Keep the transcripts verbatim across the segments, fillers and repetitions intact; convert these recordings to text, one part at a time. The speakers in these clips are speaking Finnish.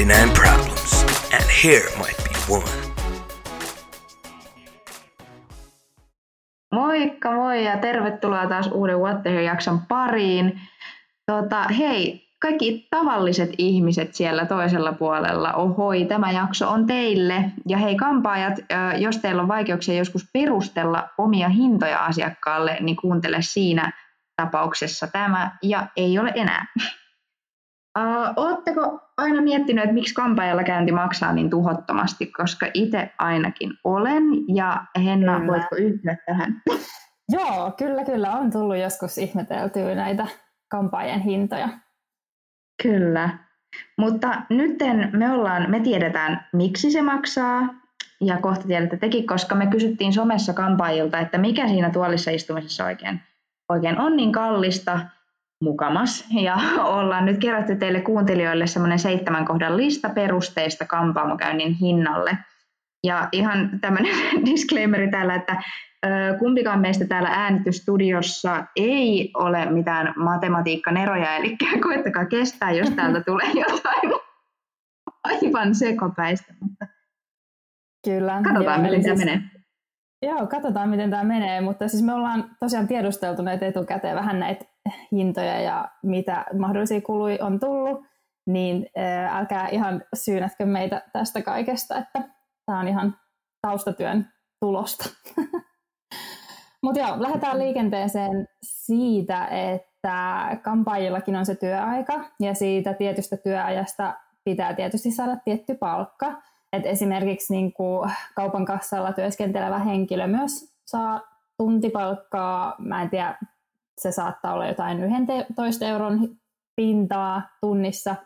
ninety-nine problems, and here might be one. Moikka moi ja tervetuloa taas uuden What the Hell-jakson pariin. Tota, hei, kaikki tavalliset ihmiset siellä toisella puolella, ohoi, tämä jakso on teille. Ja hei kampaajat, jos teillä on vaikeuksia joskus perustella omia hintoja asiakkaalle, niin kuuntele siinä tapauksessa tämä ja ei ole enää. Uh, Oletteko aina miettinyt, että miksi kampaajalla käynti maksaa niin tuhottomasti, koska itse ainakin olen, ja Henna, kyllä. Voitko yhtyä tähän? Joo, kyllä, kyllä. On tullut joskus ihmeteltyä näitä kampaajien hintoja. Kyllä, mutta nyt me, ollaan, me tiedetään, miksi se maksaa, ja kohta tiedätte tekin, koska me kysyttiin somessa kampaajilta, että mikä siinä tuolissa istumisessa oikein, oikein on niin kallista, mukamas. Ja ollaan nyt kerätty teille kuuntelijoille semmoinen seitsemän kohdan lista perusteista kampaamokäynnin hinnalle. Ja ihan tämmöinen disclaimeri täällä, että kumpikaan meistä täällä äänitysstudiossa ei ole mitään matematiikkaneroja, eli koettakaa kestää, jos täältä tulee jotain aivan sekopäistä. Mutta kyllä. Katsotaan, miten tämä siis... menee. Joo, katsotaan miten tämä menee, mutta siis me ollaan tosiaan tiedusteltu näitä etukäteen vähän näitä hintoja ja mitä mahdollisia kuluja on tullut, niin älkää ihan syynätkö meitä tästä kaikesta, että tämä on ihan taustatyön tulosta. Mutta joo, lähdetään liikenteeseen siitä, että kampaajillakin on se työaika ja siitä tietystä työajasta pitää tietysti saada tietty palkka. Et esimerkiksi niin kuin kaupan kassalla työskentelevä henkilö myös saa tuntipalkkaa. Mä en tiedä, se saattaa olla jotain yksitoista euron pintaa tunnissa.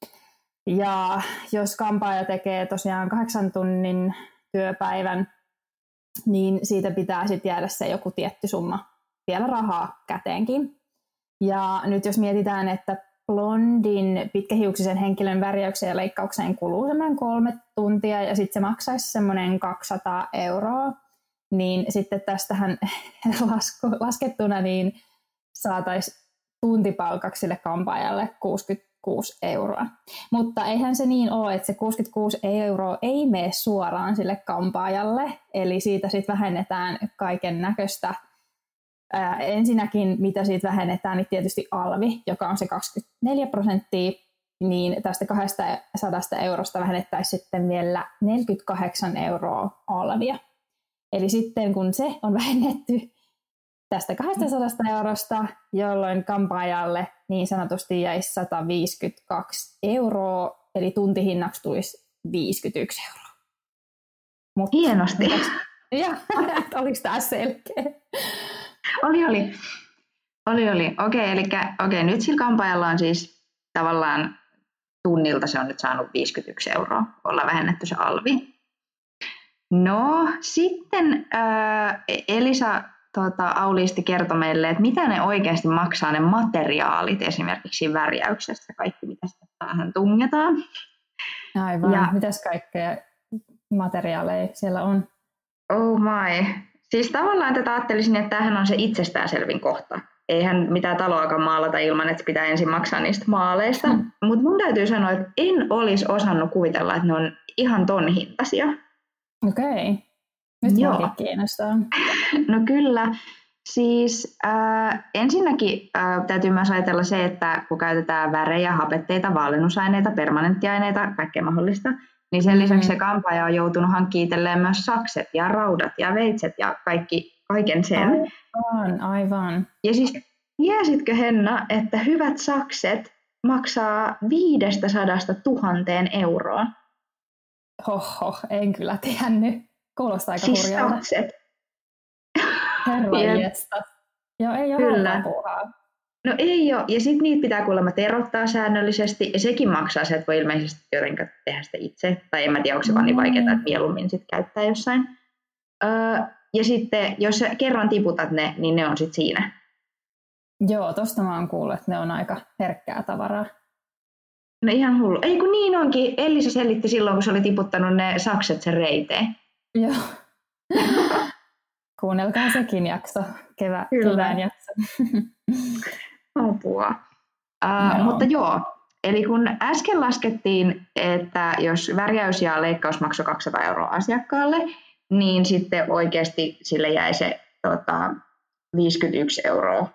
Ja jos kampaaja tekee tosiaan kahdeksan tunnin työpäivän, niin siitä pitää sitten jäädä se joku tietty summa vielä rahaa käteenkin. Ja nyt jos mietitään, että blondin pitkähiuksisen henkilön värjäykseen ja leikkaukseen kuluu semmoinen kolme tuntia ja sitten se maksaisi semmoinen kaksisataa euroa, niin sitten tästähän laskettuna niin saataisiin tuntipalkaksi sille kampaajalle kuusikymmentäkuusi euroa. Mutta eihän se niin ole, että se kuusikymmentäkuusi euroa ei mene suoraan sille kampaajalle, eli siitä sitten vähennetään kaiken näköistä. Ää, ensinnäkin, mitä siitä vähennetään, niin tietysti alvi, joka on se kaksikymmentäneljä prosenttia, niin tästä kaksisataa eurosta vähennettäisiin sitten vielä neljäkymmentäkahdeksan euroa alvia. Eli sitten kun se on vähennetty tästä kaksisataa eurosta, jolloin kampaajalle niin sanotusti jäisi sata viisikymmentäkaksi euroa, eli tuntihinnaksi tulisi viisikymmentäyksi euroa. Mut, hienosti. Ja, oliko tämä selkeä? Oli, oli. Oli, oli. Okei, eli okei, nyt sillä kampaajalla on siis tavallaan tunnilta se on nyt saanut viisikymmentäyksi euroa, ollaan vähennetty se alvi. No, sitten ää, Elisa tota, Auliisti kertoi meille, että mitä ne oikeasti maksaa ne materiaalit, esimerkiksi värjäyksestä, kaikki mitä sitä tähän tungetaan. Aivan, ja mitäs kaikkea materiaaleja siellä on? Oh my. Siis tavallaan tätä ajattelisin, että tämähän on se itsestäänselvin kohta. Eihän mitään taloakaan maalata ilman, että pitää ensin maksaa niistä maaleista. Hmm. Mutta mun täytyy sanoa, että en olisi osannut kuvitella, että ne on ihan ton hintaisia. Okei. Okay. Nyt minäkin kiinnostaa. No kyllä. Siis äh, ensinnäkin äh, täytyy myös ajatella se, että kun käytetään värejä, hapetteita, vaalennusaineita, permanenttiaineita, kaikkea mahdollista, niin sen lisäksi se kampaaja on joutunut hankkimaan myös sakset ja raudat ja veitset ja kaikki, kaiken sen. Aivan, aivan. Ja siis tiesitkö Henna, että hyvät sakset maksaa viisisataa tuhatta euroa? Hoho, en kyllä tiennyt. Kuulostaa aika siis hurjalta. Sakset. Herranjestas. Joo, ei ole kyllä puuhaa. No ei ole, ja sitten niitä pitää kuulemma terottaa säännöllisesti, ja sekin maksaa se, että voi ilmeisesti jotenkin tehdä sitä itse, tai en mä tiedä, onko se vaan niin vaikeaa, että mieluummin sitten käyttää jossain. Öö, ja sitten, jos kerran tiputat ne, niin ne on sitten siinä. Joo, tosta mä oon kuullut, että ne on aika herkkää tavaraa. No ihan hullu. Ei kun niin onkin, Elisa selitti silloin, kun se oli tiputtanut ne sakset sen reiteen. Joo. Kuunnelkaa sekin jakso, kevä, kevään jakso. Apua. Uh, mutta joo, eli kun äsken laskettiin, että jos värjäys ja leikkaus maksoi kaksisataa euroa asiakkaalle, niin sitten oikeasti sille jäi se tota, viisikymmentäyksi euroa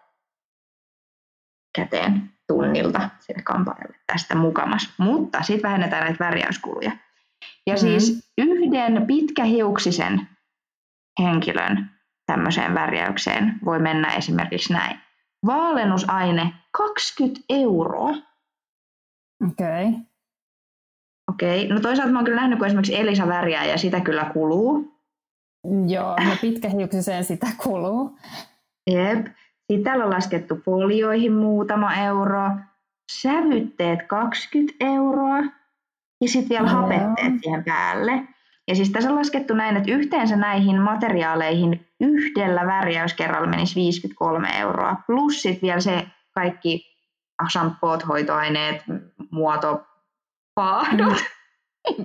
käteen tunnilta sille kampaajalle tästä mukamas. Mutta sitten vähennetään näitä värjäyskuluja. Ja mm-hmm. siis yhden pitkähiuksisen henkilön tämmöiseen värjäykseen voi mennä esimerkiksi näin. Vaalennusaine kaksikymmentä euroa. Okei. Okay. Okei. Okay. No toisaalta mä oon kyllä nähnyt, kun esimerkiksi Elisa värjää ja sitä kyllä kuluu. Joo, no pitkähiuksiseen sitä kuluu. Jep. Sitten täällä on laskettu folioihin muutama euro, sävytteet kaksikymmentä euroa ja sitten vielä no. hapetteet siihen päälle. Ja siis tässä on laskettu näin, että yhteensä näihin materiaaleihin yhdellä värjäyskerralla menisi viisikymmentäkolme euroa. Plus sitten vielä se kaikki shampoot, hoitoaineet, muotopaahdot. Mm.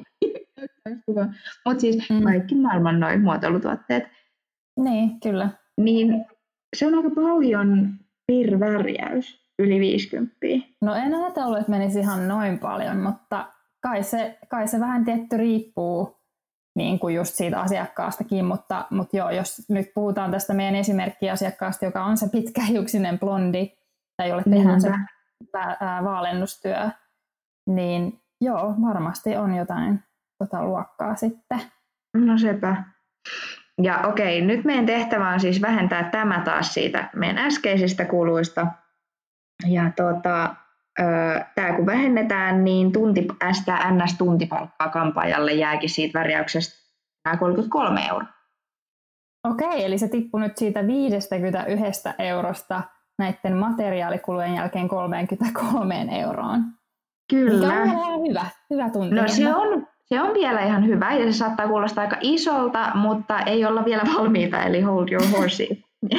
Mutta siis mm. kaikki maailman noin muotoilutuotteet. Niin, kyllä. Niin se on aika paljon per värjäys, yli viisikymmentä. No en ajatellut, että menisi ihan noin paljon, mutta kai se, kai se vähän tietty riippuu niin kuin just siitä asiakkaastakin, mutta, mutta joo, jos nyt puhutaan tästä meidän esimerkkiasiakkaasta, joka on se pitkähiuksinen blondi, tai jolle tehdään se vaalennustyö, niin joo, varmasti on jotain tota luokkaa sitten. No sepä. Ja okei, nyt meidän tehtävä on siis vähentää tämä taas siitä meidän äskeisistä kuluista. Ja tota, tämä kun vähennetään, niin tunti, sitä N S-tuntipalkkaa kampaajalle jääkin siitä värjäyksestä kolmekymmentäkolme euroa. Okei, eli se tippui nyt siitä viisikymmentäyksi eurosta näiden materiaalikulujen jälkeen kolmekymmentäkolme euroon. Kyllä. Mikä on hyvä, hyvä tunti. No se on, se on vielä ihan hyvä ja se saattaa kuulostaa aika isolta, mutta ei olla vielä valmiita, eli hold your horses.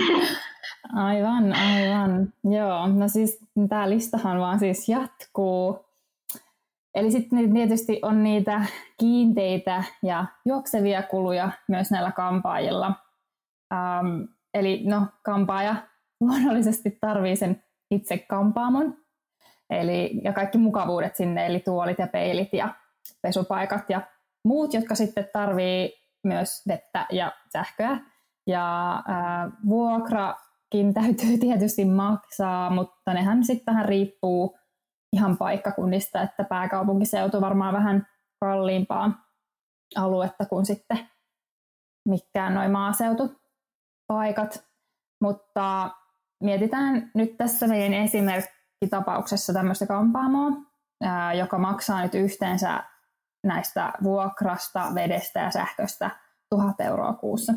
Aivan, aivan. Joo, no siis tämä listahan vaan siis jatkuu. Eli sitten tietysti on niitä kiinteitä ja juoksevia kuluja myös näillä kampaajilla. Ähm, eli no, kampaaja luonnollisesti tarvii sen itse kampaamon. Eli, ja kaikki mukavuudet sinne, eli tuolit ja peilit ja pesupaikat ja muut, jotka sitten tarvii myös vettä ja sähköä. Ja äh, vuokrakin täytyy tietysti maksaa, mutta nehän sitten vähän riippuu ihan paikkakunnista, että pääkaupunkiseutu varmaan vähän kalliimpaa aluetta kuin sitten mikään noi maaseutupaikat. Mutta mietitään nyt tässä meidän esimerkkitapauksessa tämmöistä kampaamoa, ää, joka maksaa nyt yhteensä näistä vuokrasta, vedestä ja sähköstä tuhat euroa kuussa.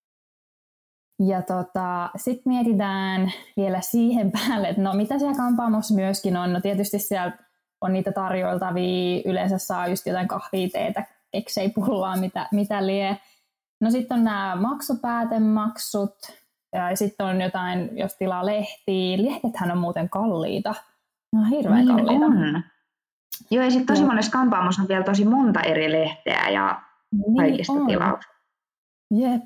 Ja tota, sitten mietitään vielä siihen päälle, että no mitä siellä kampaamossa myöskin on. No tietysti siellä on niitä tarjoiltavia, yleensä saa just jotain kahvia, teetä, keksei pullaa, mitä, mitä lie. No sitten on nämä maksupäätemaksut ja sitten on jotain, jos tilaa lehtiä. Lehdethän on muuten kalliita. No hirveän niin kalliita. On. Joo, ja sitten tosi monessa kampaamossa on vielä tosi monta eri lehteä ja niin kaikista tilauksista. Jep.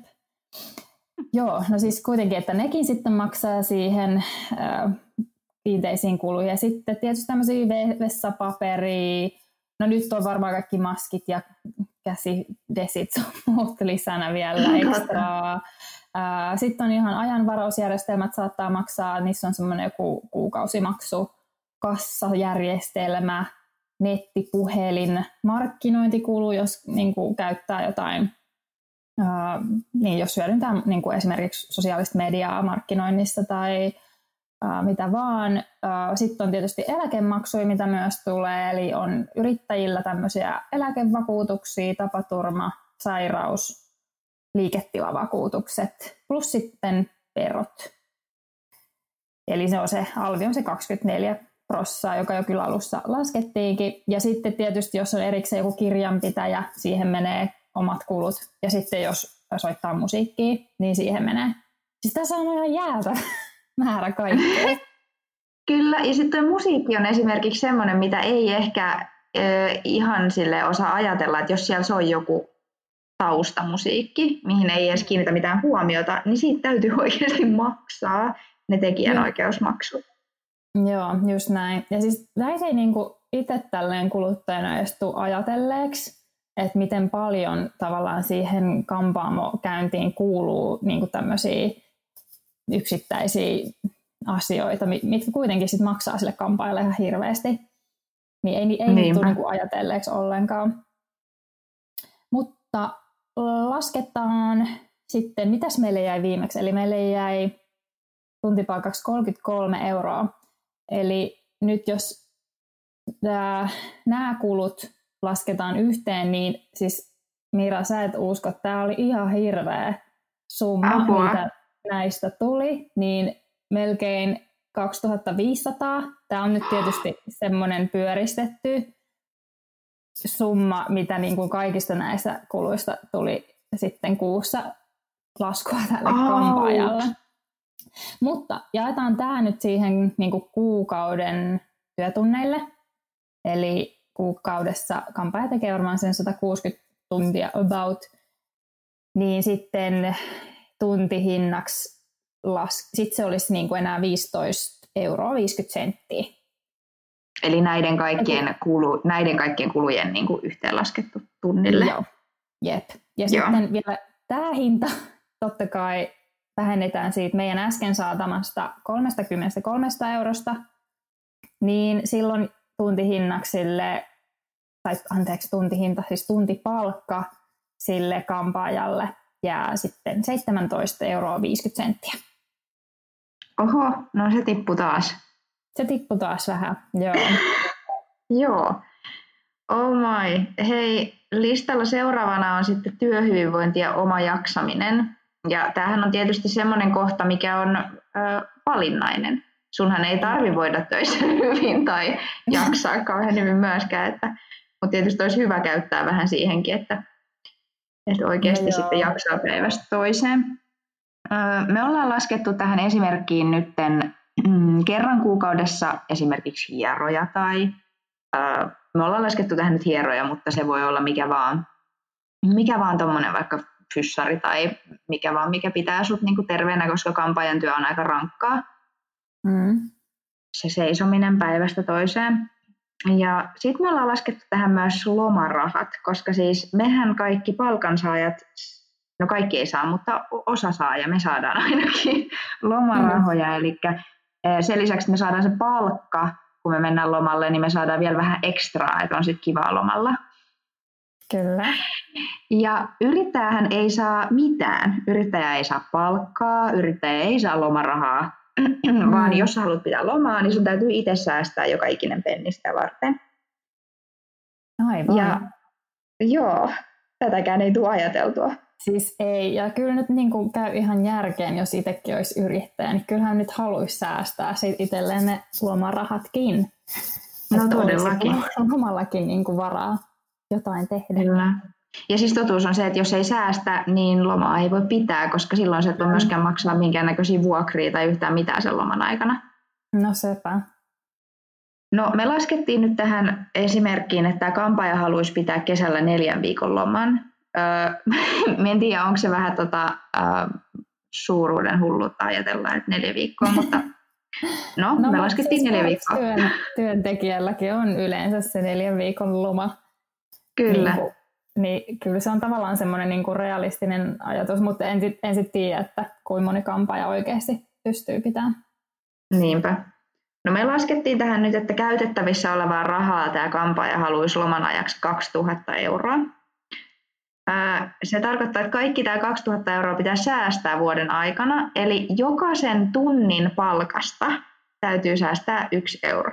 Joo, no siis kuitenkin, että nekin sitten maksaa siihen äh, kiinteisiin kuluihin. Ja sitten tietysti tämmöisiä vessapaperia, no nyt on varmaan kaikki maskit ja käsidesit muut lisänä vielä ekstraa. Äh, sitten on ihan ajanvarausjärjestelmät saattaa maksaa, niissä on semmoinen joku kuukausimaksu, kassajärjestelmä, nettipuhelin, markkinointikulu, jos niin kuin, käyttää jotain. Uh, niin jos hyödyntää niin kuin esimerkiksi sosiaalista mediaa markkinoinnissa tai uh, mitä vaan. Uh, sitten on tietysti eläkemaksuja, mitä myös tulee, eli on yrittäjillä tämmöisiä eläkevakuutuksia, tapaturma, sairaus, liiketilavakuutukset plus sitten verot. Eli se on se alvi on se kaksikymmentäneljä prosenttia, joka jo kyllä alussa laskettiinkin. Ja sitten tietysti jos on erikseen joku kirjanpitäjä, siihen menee omat kulut. Ja sitten jos soittaa musiikkia, niin siihen menee. Siis tässä on ihan jäätä määrä kaikkea. Kyllä, ja sitten musiikki on esimerkiksi semmoinen, mitä ei ehkä äh, ihan sille osaa ajatella, että jos siellä soi joku taustamusiikki, mihin ei edes kiinnitä mitään huomiota, niin siitä täytyy oikeasti maksaa ne tekijänoikeusmaksut. Joo, just näin. Ja siis näitä ei niinku itse tälleen kuluttajana edes tuu ajatelleeksi, että miten paljon tavallaan siihen kampaamokäyntiin kuuluu niin kuin tämmöisiä yksittäisiä asioita, mitkä kuitenkin sit maksaa sille kampaajalle ihan hirveästi. Niin ei, ei niin tule niin ajatelleeksi ollenkaan. Mutta lasketaan sitten, mitäs meille jäi viimeksi? Eli meille jäi tuntipalkaksi kolmekymmentäkolme euroa. Eli nyt jos nämä kulut lasketaan yhteen, niin siis Mira, sä et usko, että tämä oli ihan hirveä summa, Apua. mitä näistä tuli, niin melkein kaksituhattaviisisataa. Tämä on nyt tietysti semmoinen pyöristetty summa, mitä niin kuin kaikista näistä kuluista tuli sitten kuussa laskua tälle oh. kampaajalle. Mutta jaetaan tämä nyt siihen niin kuin kuukauden työtunneille. Eli kuukaudessa kampaaja tekee varmaan sen sata kuusikymmentä tuntia about. Niin sitten tuntihinnaksi las... sitten se olisi niin kuin enää viisitoista euroa viisikymmentä senttiä. Eli näiden kaikkien, kulu, näiden kaikkien kulujen niin kuin yhteenlaskettu tunnille. Joo, jep. Ja Joo. sitten vielä tämä hinta, totta kai vähennetään siitä meidän äsken saatamasta kolmekymmentäkolme eurosta, niin silloin tuntihinnaksille, tai anteeksi tuntihinta, siis tuntipalkka sille kampaajalle jää sitten seitsemäntoista euroa viisikymmentä senttiä. Oho, no se tippui taas. Se tippui taas vähän, joo. Joo. Oh my. Hei, listalla seuraavana on sitten työhyvinvointi ja oma jaksaminen. Ja tämähän on tietysti semmoinen kohta, mikä on ö, valinnainen. Sunhan ei tarvi voida töissä hyvin tai jaksaa kauhean hyvin myöskään. Että, mutta tietysti olisi hyvä käyttää vähän siihenkin, että, että oikeasti no sitten jaksaa päivästä toiseen. Ö, me ollaan laskettu tähän esimerkkiin nytten mm, kerran kuukaudessa esimerkiksi hieroja tai ö, me ollaan laskettu tähän nyt hieroja, mutta se voi olla mikä vaan, mikä vaan tommonen vaikka fyssari tai mikä vaan, mikä pitää sut niinku terveenä, koska kampaajan työ on aika rankkaa. Mm. Se seisominen päivästä toiseen. Ja sitten me ollaan laskettu tähän myös lomarahat, koska siis mehän kaikki palkansaajat, no kaikki ei saa, mutta osa saa ja me saadaan ainakin lomarahoja. Mm. Eli sen lisäksi me saadaan se palkka, kun me mennään lomalle, niin me saadaan vielä vähän ekstraa, että on sitten kivaa lomalla. Kyllä. Ja yrittäjähän ei saa mitään. Yrittäjä ei saa palkkaa, yrittäjä ei saa lomarahaa, mm. vaan jos haluat pitää lomaa, niin sun täytyy itse säästää joka ikinen penni sitä varten. Aivan. Ja joo, tätäkään ei tule ajateltua. Siis ei, ja kyllä nyt niin kuin käy ihan järkeen, jos itsekin olisi yrittäjä, niin kyllähän nyt haluaisi säästää siitä itselleen ne lomarahatkin. No todellakin. Lomallakin niin kuin varaa jotain tehdä. Kyllä. Ja siis totuus on se, että jos ei säästä, niin lomaa ei voi pitää, koska silloin se et voi myöskään maksaa minkäännäköisiä vuokria tai yhtään mitään sen loman aikana. No sepä. No me laskettiin nyt tähän esimerkkiin, että tämä kampaaja haluaisi pitää kesällä neljän viikon loman. Öö, en tiedä, onko se vähän tota, öö, suuruuden hulluutta ajatella, että neljä viikkoa, mutta no, no me laskettiin siis neljä viikkoa. Työn, työntekijälläkin on yleensä se neljän viikon loma. Kyllä. Niin, kuin, niin kyllä se on tavallaan semmoinen niin kuin realistinen ajatus, mutta en, en sitten tiedä, että kuinka moni kampaaja oikeasti pystyy pitämään. Niinpä. No me laskettiin tähän nyt, että käytettävissä olevaa rahaa tämä kampaaja haluaisi loman ajaksi kaksituhatta euroa. Ää, se tarkoittaa, että kaikki tämä kaksituhatta euroa pitää säästää vuoden aikana, eli jokaisen tunnin palkasta täytyy säästää yksi euro.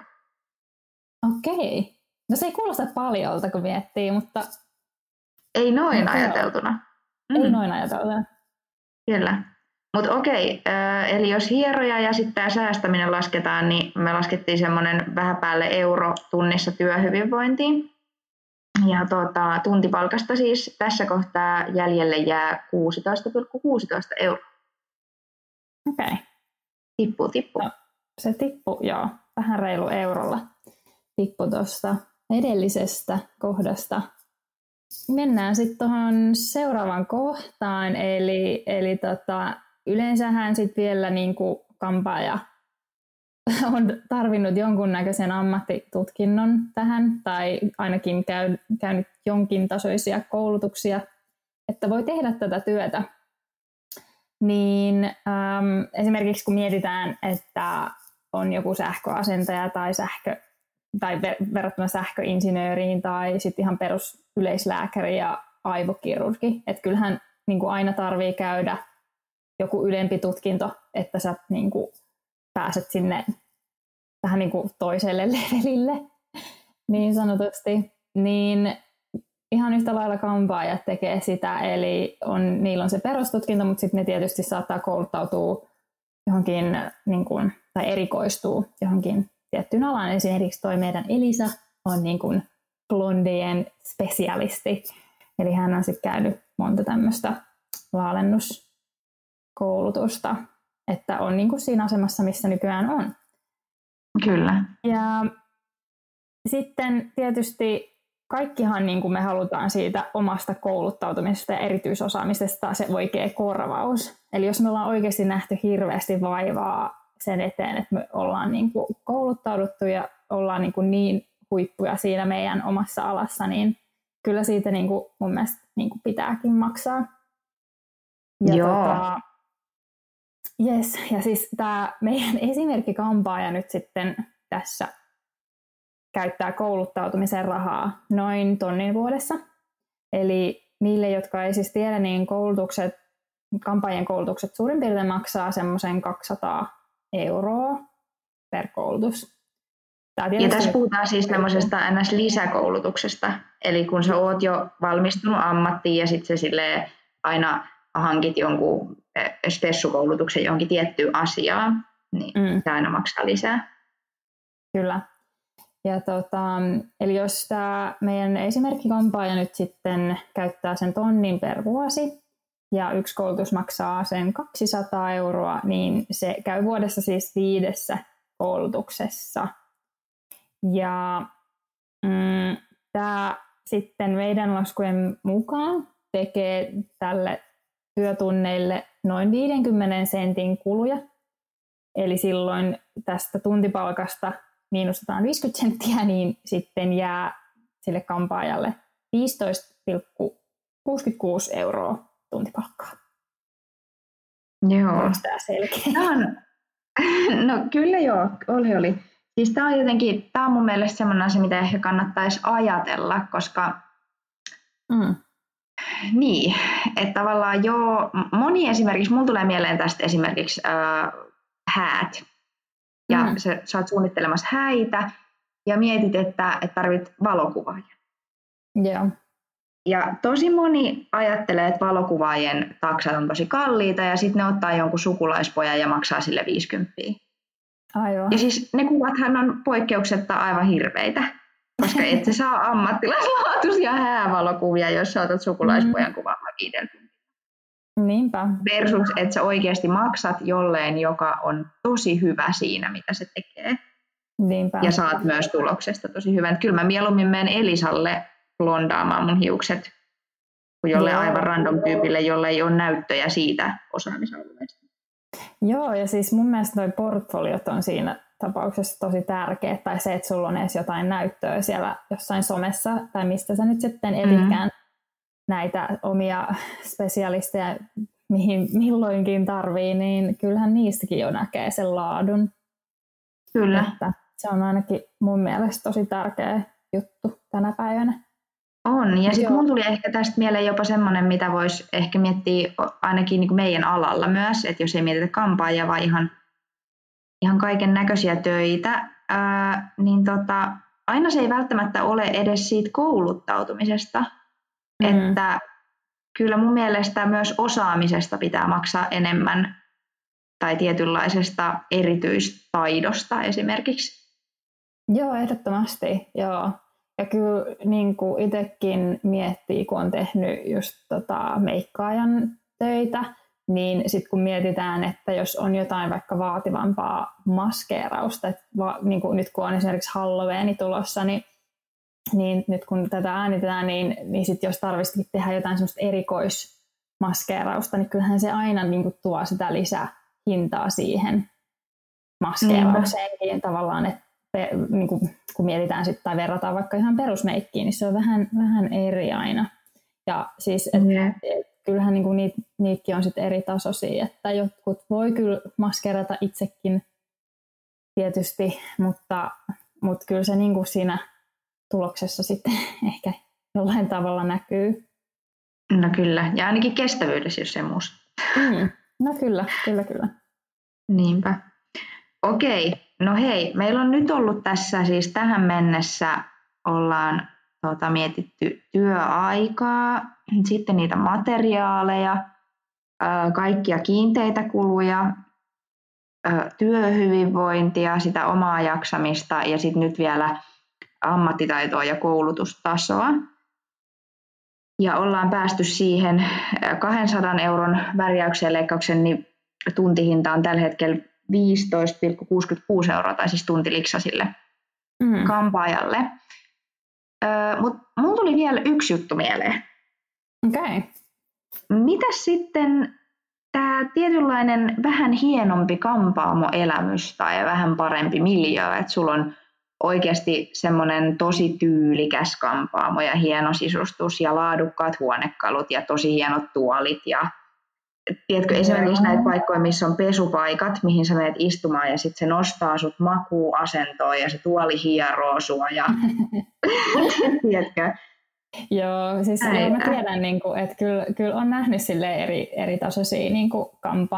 Okei. No se ei kuulosta paljolta, kun miettii, mutta... Ei noin mutta ajateltuna. Ei mm. noin ajateltuna. Kyllä. Mutta okei, eli jos hieroja ja sitten tämä säästäminen lasketaan, niin me laskettiin semmoinen vähän päälle euro tunnissa työhyvinvointiin. Ja tuota, tuntipalkasta siis tässä kohtaa jäljelle jää kuusitoista pilkku kuusitoista euroa. Okei. Okay. Tippuu, tippuu. No, se tippuu, joo. Vähän reilu eurolla tippui tuosta edellisestä kohdasta. Mennään sitten tuohon seuraavaan kohtaan, eli, eli tota, yleensähän sitten vielä niinku kampaaja on tarvinnut jonkunnäköisen ammattitutkinnon tähän tai ainakin käy, käynyt jonkin tasoisia koulutuksia, että voi tehdä tätä työtä. Niin äm, esimerkiksi kun mietitään, että on joku sähköasentaja tai, sähkö, tai ver- verrattuna sähköinsinööriin tai sitten ihan perus yleislääkäri ja aivokirurgi, että kyllähän niin kuin aina tarvii käydä joku ylempi tutkinto, että sä niin kuin pääset sinne tähän niin kuin toiselle levelille, niin sanotusti. Niin ihan yhtä lailla kampaajat tekee sitä, eli on, niillä on se perustutkinto, mutta sitten ne tietysti saattaa kouluttautua johonkin, niin kuin, tai erikoistuu johonkin tiettyyn alaan. Esimerkiksi toi meidän Elisa on niin kuin blondien spesialisti, eli hän on sitten käynyt monta tämmöistä vaalennuskoulutusta, että on niin kuin siinä asemassa, missä nykyään on. Kyllä. Ja sitten tietysti kaikkihan niin kuin me halutaan siitä omasta kouluttautumisesta ja erityisosaamisesta se oikea korvaus. Eli jos me ollaan oikeasti nähty hirveästi vaivaa sen eteen, että me ollaan niin kuin kouluttauduttu ja ollaan niin kuin niin huippuja siinä meidän omassa alassa, niin kyllä siitä niin kuin mun mielestä niin kuin pitääkin maksaa. Ja Joo. Tota, yes, ja siis tämä meidän esimerkkikampaaja nyt sitten tässä käyttää kouluttautumisen rahaa noin tonnin vuodessa. Eli niille, jotka ei siis tiedä, niin koulutukset, kampaajan koulutukset suurin piirtein maksaa semmoisen kaksisataa euroa per koulutus. Ja tässä puhutaan siis tämmöisestä N S-lisäkoulutuksesta. Eli kun sä oot jo valmistunut ammattiin ja sitten sä silleen aina hankit jonkun spessukoulutuksen johonkin tiettyyn asiaan, niin mm. tämä aina maksaa lisää. Kyllä. Ja tota, eli jos tämä meidän esimerkkikampaaja nyt sitten käyttää sen tonnin per vuosi ja yksi koulutus maksaa sen kaksisataa euroa, niin se käy vuodessa siis viidessä koulutuksessa. Ja mm, tämä sitten meidän laskujen mukaan tekee tälle työtunneille noin viidenkymmenen sentin kuluja. Eli silloin tästä tuntipalkasta miinustetaan viisikymmentä senttiä, niin sitten jää sille kampaajalle viisitoista pilkku kuusikymmentäkuusi euroa tuntipalkkaa. Joo. Onko tämä selkeä? Tämä on, no kyllä joo, oli oli. Siis tämä on jotenkin, tämä on mun mielestä semmoinen asia, mitä ehkä kannattaisi ajatella, koska mm. niin, että tavallaan joo, moni esimerkiksi, mulla tulee mieleen tästä esimerkiksi äh, häät. Ja mm. sä, sä oot suunnittelemassa häitä ja mietit, että, että tarvit valokuvaajan. Joo. Ja tosi moni ajattelee, että valokuvaajien taksat on tosi kalliita ja sitten ne ottaa jonkun sukulaispojan ja maksaa sille viisikymmentä. Aivan. Ja siis ne kuvathan on poikkeuksetta aivan hirveitä, koska et sä saa ammattilaislaatuisia häävalokuvia, jos sä otat sukulaispojan mm. kuvaamaan viidellä. Niinpä. Versus, että sä oikeasti maksat jolleen, joka on tosi hyvä siinä, mitä se tekee. Niinpä. Ja saat myös tuloksesta tosi hyvän. Kyllä mä mieluummin menen Elisalle blondaamaan mun hiukset, kuin jolleen Joo. aivan random tyypille, jolle ei ole näyttöjä siitä osaamisalueesta. Joo, ja siis mun mielestä noi portfoliot on siinä tapauksessa tosi tärkeä, tai se, että sulla on edes jotain näyttöä siellä jossain somessa, tai mistä sä nyt sitten etikään mm. näitä omia spesialisteja, mihin milloinkin tarvii, niin kyllähän niistäkin jo näkee sen laadun. Kyllä. Että se on ainakin mun mielestä tosi tärkeä juttu tänä päivänä. On, ja sitten mun tuli ehkä tästä mieleen jopa semmoinen, mitä voisi ehkä miettiä ainakin niin kuin meidän alalla myös, että jos ei mietitä kampaajia, vaan ihan, ihan kaiken näköisiä töitä, ää, niin tota, aina se ei välttämättä ole edes siitä kouluttautumisesta, mm. että kyllä mun mielestä myös osaamisesta pitää maksaa enemmän tai tietynlaisesta erityistaidosta esimerkiksi. Joo, ehdottomasti, joo. Ja kyllä niin kuin itsekin miettii, kun on tehnyt just tota meikkaajan töitä, niin sitten kun mietitään, että jos on jotain vaikka vaativampaa maskeerausta, että va, niin kuin nyt kun on esimerkiksi Halloweeni tulossa, niin, niin nyt kun tätä äänitetään, niin, niin sitten jos tarvitsisikin tehdä jotain semmoista erikoismaskeerausta, niin kyllähän se aina niin kuin tuo sitä lisähintaa siihen. maskeeraukseenkin tavallaan, että niin kuin, kun mietitään sit, tai verrataan vaikka ihan perusmeikkiin, niin se on vähän, vähän eri aina. Ja siis, et, yeah. et, kyllähän niin kuin niit, niitäkin on sitten eri tasoisia, että jotkut voi kyllä maskerata itsekin tietysti, mutta, mutta kyllä se niin kuin siinä tuloksessa sitten ehkä jollain tavalla näkyy. No kyllä, ja ainakin kestävyydessä, jos ei muusta. Mm. No kyllä, kyllä, kyllä. Niinpä. Okei, no hei, meillä on nyt ollut tässä siis tähän mennessä ollaan tuota, mietitty työaikaa, sitten niitä materiaaleja, kaikkia kiinteitä kuluja, työhyvinvointia, sitä omaa jaksamista ja sitten nyt vielä ammattitaitoa ja koulutustasoa. Ja ollaan päästy siihen kahdensadan euron värjäyksen leikkauksen, niin tuntihinta on tällä hetkellä viisitoista pilkku kuusikymmentäkuusi euroa, tai siis tuntiliksasille mm. kampaajalle. Öö, Mutta mulla tuli vielä yksi juttu mieleen. Okei. Okay. Mitäs sitten tämä tietynlainen vähän hienompi kampaamoelämys tai vähän parempi miljöö, että sulla on oikeasti semmoinen tosi tyylikäs kampaamo ja hieno sisustus ja laadukkaat huonekalut ja tosi hienot tuolit ja tiedätkö, esimerkiksi näitä paikkoja, missä on pesupaikat, mihin sä menet istumaan ja sitten se nostaa sut makuuasentoon ja se tuoli hieroo sua ja tiedätkö? Joo, siis joo, mä tiedän, niin kuin, että kyllä, kyllä on nähnyt eri, eri tasoisia niin kuin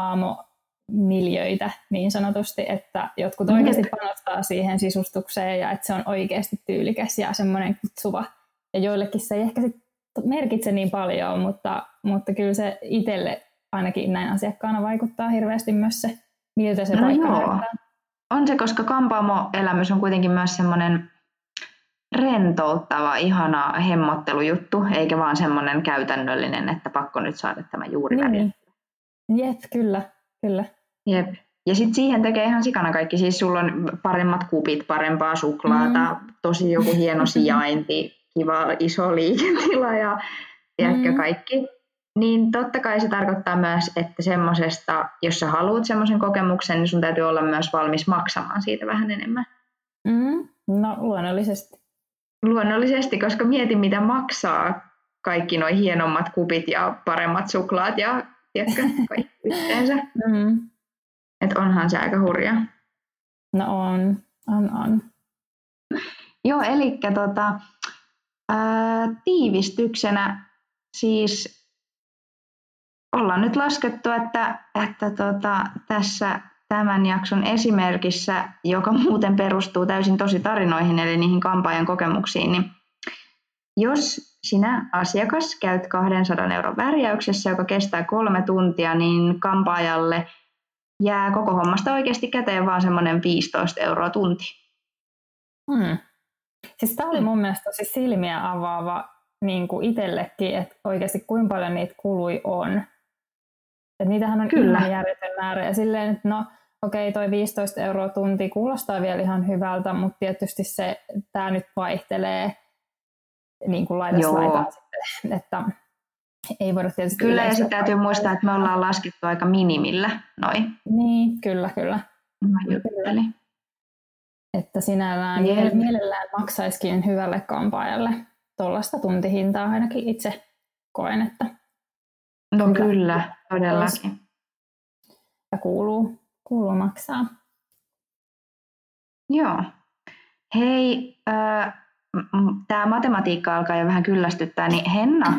kampaamomiljöitä niin sanotusti, että jotkut oikeasti panostaa siihen sisustukseen ja että se on oikeasti tyylikäs ja semmoinen kutsuva. Ja joillekin se ei ehkä sit merkitse niin paljon, mutta, mutta kyllä se itselle ainakin näin asiakkaana vaikuttaa hirveästi myös se, miltä se no paikka näyttää. On se, koska kampaamoelämys on kuitenkin myös semmoinen rentouttava, ihana hemmottelujuttu, eikä vaan semmoinen käytännöllinen, että pakko nyt saada tämä juuri niin. väliin. Jep, kyllä, kyllä. Jep. Ja sitten siihen tekee ihan sikana kaikki. Siis sulla on paremmat kupit, parempaa suklaata, mm. tosi joku hieno sijainti, kiva iso liiketila ja tiedätkö, mm. kaikki. Niin totta kai se tarkoittaa myös, että semmosesta, jos sä haluat semmoisen kokemuksen, niin sun täytyy olla myös valmis maksamaan siitä vähän enemmän. Mm. No luonnollisesti. Luonnollisesti, koska mietin mitä maksaa kaikki nuo hienommat kupit ja paremmat suklaat ja tiedätkö, kaikki yhteensä. Mm. Että onhan se aika hurjaa. No on, on, on. Joo, eli tota, ää, tiivistyksenä siis ollaan nyt laskettu, että, että tota, tässä tämän jakson esimerkissä, joka muuten perustuu täysin tosi tarinoihin, eli niihin kampaajan kokemuksiin, niin jos sinä asiakas käyt kahdensadan euron värjäyksessä, joka kestää kolme tuntia, niin kampaajalle jää koko hommasta oikeasti käteen vaan semmoinen viisitoista euroa tunti. Hmm. Siis tämä oli mun mielestä tosi silmiä avaava niin kuin itsellekin, että oikeasti kuinka paljon niitä kului on. Et niitähän on Kyllä. ihan järjetön määrä. Ja silleen, että no okei, toi viisitoista euroa tunti kuulostaa vielä ihan hyvältä, mutta tietysti se, tämä nyt vaihtelee niin kuin laidasta laitaan sitten, että ei voida tietysti... Kyllä, ja sitten täytyy muistaa, että me ollaan laskettu aika minimillä, noin. Niin, kyllä, kyllä. Mä juttelin. Että sinällään yeah. mielellään maksaisikin hyvälle kampaajalle tuollaista tuntihintaa, ainakin itse koen, että... No kyllä, kyllä todellakin. Ja kuuluu, kuuluu maksaa. Joo. Hei, äh, tämä matematiikka alkaa jo vähän kyllästyttää, niin Henna,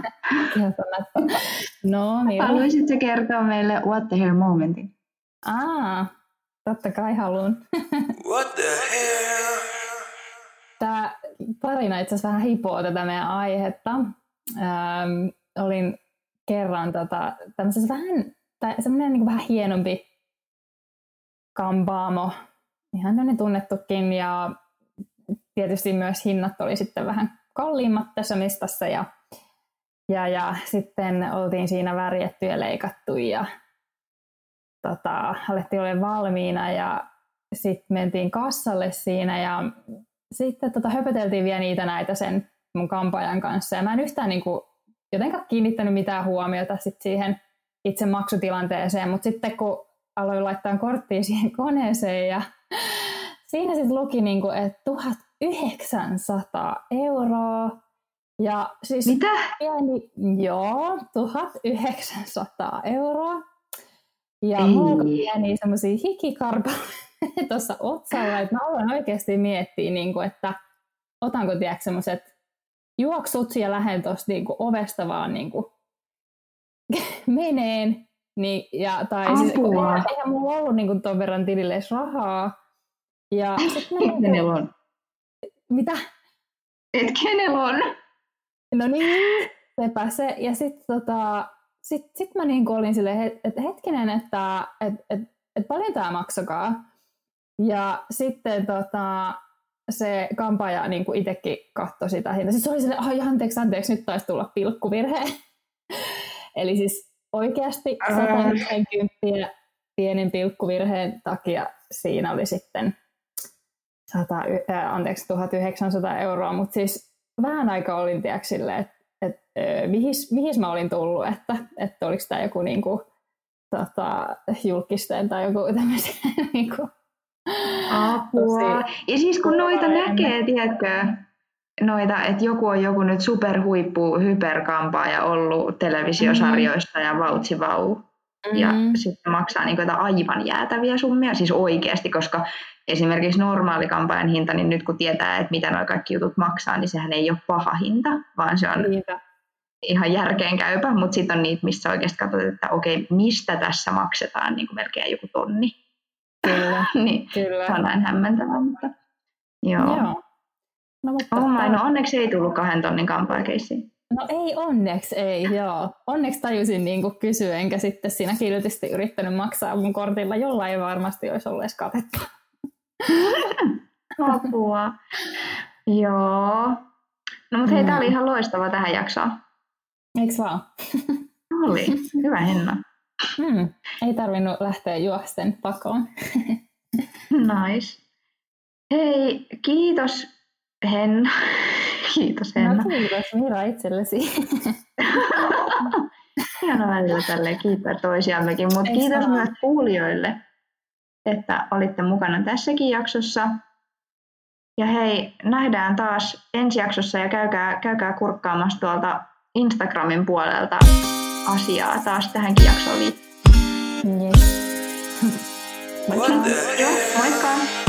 no, niin. haluaisitko kertoa meille what the hell momentin? Aa, totta kai haluan. What the hell? Tämä tarina itse asiassa vähän hipoo tätä meidän aihetta. Ähm, olin kerran tota, tämmöisessä vähän, tai semmoinen niin kuin vähän hienompi kampaamo, ihan tämmöinen tunnettukin, ja tietysti myös hinnat oli sitten vähän kalliimmat tässä mestassa, ja, ja, ja sitten oltiin siinä värjätty ja leikattu, ja tota, alettiin olemaan valmiina, ja sitten mentiin kassalle siinä, ja sitten tota, höpöteltiin vielä niitä näitä sen mun kampaajan kanssa, ja mä en yhtään niin kuin, jotenkaan kiinnittänyt mitään huomiota sit siihen itse maksutilanteeseen, mutta sitten kun aloin laittaa korttia siihen koneeseen ja siinä sitten luki, niin kuin, että tuhatyhdeksänsataa euroa. Ja siis Mitä? Pieni, joo, tuhatyhdeksänsataa euroa. Ja Ei. mulla on pieni semmosia hikikarpaleita tuossa otsalla, että mä aloin oikeasti miettiä, niin kuin, että otanko tiedätkö semmoiset juoksut ja lähden tuosta niin kuin ovesta vaan niin kuin meneen. Niin, ja, tai siis, eihän, eihän mulla ollut niin kuin ton verran tilille edes rahaa. Ja sit mä niin kuin, kenellä on? Mitä? Et kenellä on? No niin, sepä se. Ja sitten tota, sit, sit mä niin olin silleen, että hetkinen, että et, et, et paljon tää maksakaa. Ja sitten tota, se kampaaja niin itsekin katsoi sitä hintaa. Sitten se oli silleen, ai anteeksi, anteeksi, nyt taisi tulla pilkkuvirhe. Eli siis oikeasti sata yhdeksänkymmentä pienen pilkkuvirheen takia siinä oli sitten sata, äh, anteeksi, tuhatyhdeksänsataa euroa, mutta siis vähän aika olin tiedätkö silleen, että et, äh, mihin, mihin mä olin tullut, että, että oliko tämä joku niinku, tota, julkisteen tai joku tämmöisen niinku, apua. Ja siis kun noita näkee, tiedätkö, noita, että joku on joku nyt superhuippu hyperkampaaja ollut televisiosarjoista mm-hmm. ja vautsi vau. Mm-hmm. Ja sitten maksaa niin kuin aivan jäätäviä summia, siis oikeasti, koska esimerkiksi normaali kampaajan hinta, niin nyt kun tietää, että mitä nuo kaikki jutut maksaa, niin sehän ei ole paha hinta, vaan se on Niinpä. ihan järkeenkäypä, mutta sitten on niitä, missä oikeasti katsotaan, että okei, mistä tässä maksetaan niin kuin melkein joku tonni. Kyllä, niin, kyllä. Se on näin hämmentävää, mutta joo. joo. No, mutta oh my, no onneksi ei tullut kahden tonnin kampaajakeisiin. No ei onneksi, ei joo. Onneksi tajusin niin kuin kysyä, enkä sitten siinä kiltisti yrittänyt maksaa mun kortilla, jolla ei varmasti olisi ollut edes katetta. Apua. Joo. No mutta hei, mm. tää oli ihan loistava tähän jaksoon. Eiks vaan? Oli. Hyvä Henna. Mm. Ei tarvinnut lähteä juosten pakoon. Nice. Hei, kiitos Henna. Kiitos Henna. No kiitos Mira itsellesi. Hienoa välillä tälleen kiittää toisiammekin, mutta kiitos myös kuulijoille, että olitte mukana tässäkin jaksossa. Ja hei, nähdään taas ensi jaksossa ja käykää, käykää kurkkaamassa tuolta Instagramin puolelta asiaa taas tähänkin jaksoon liittyen. Yes. Moikka! Joo, moikka!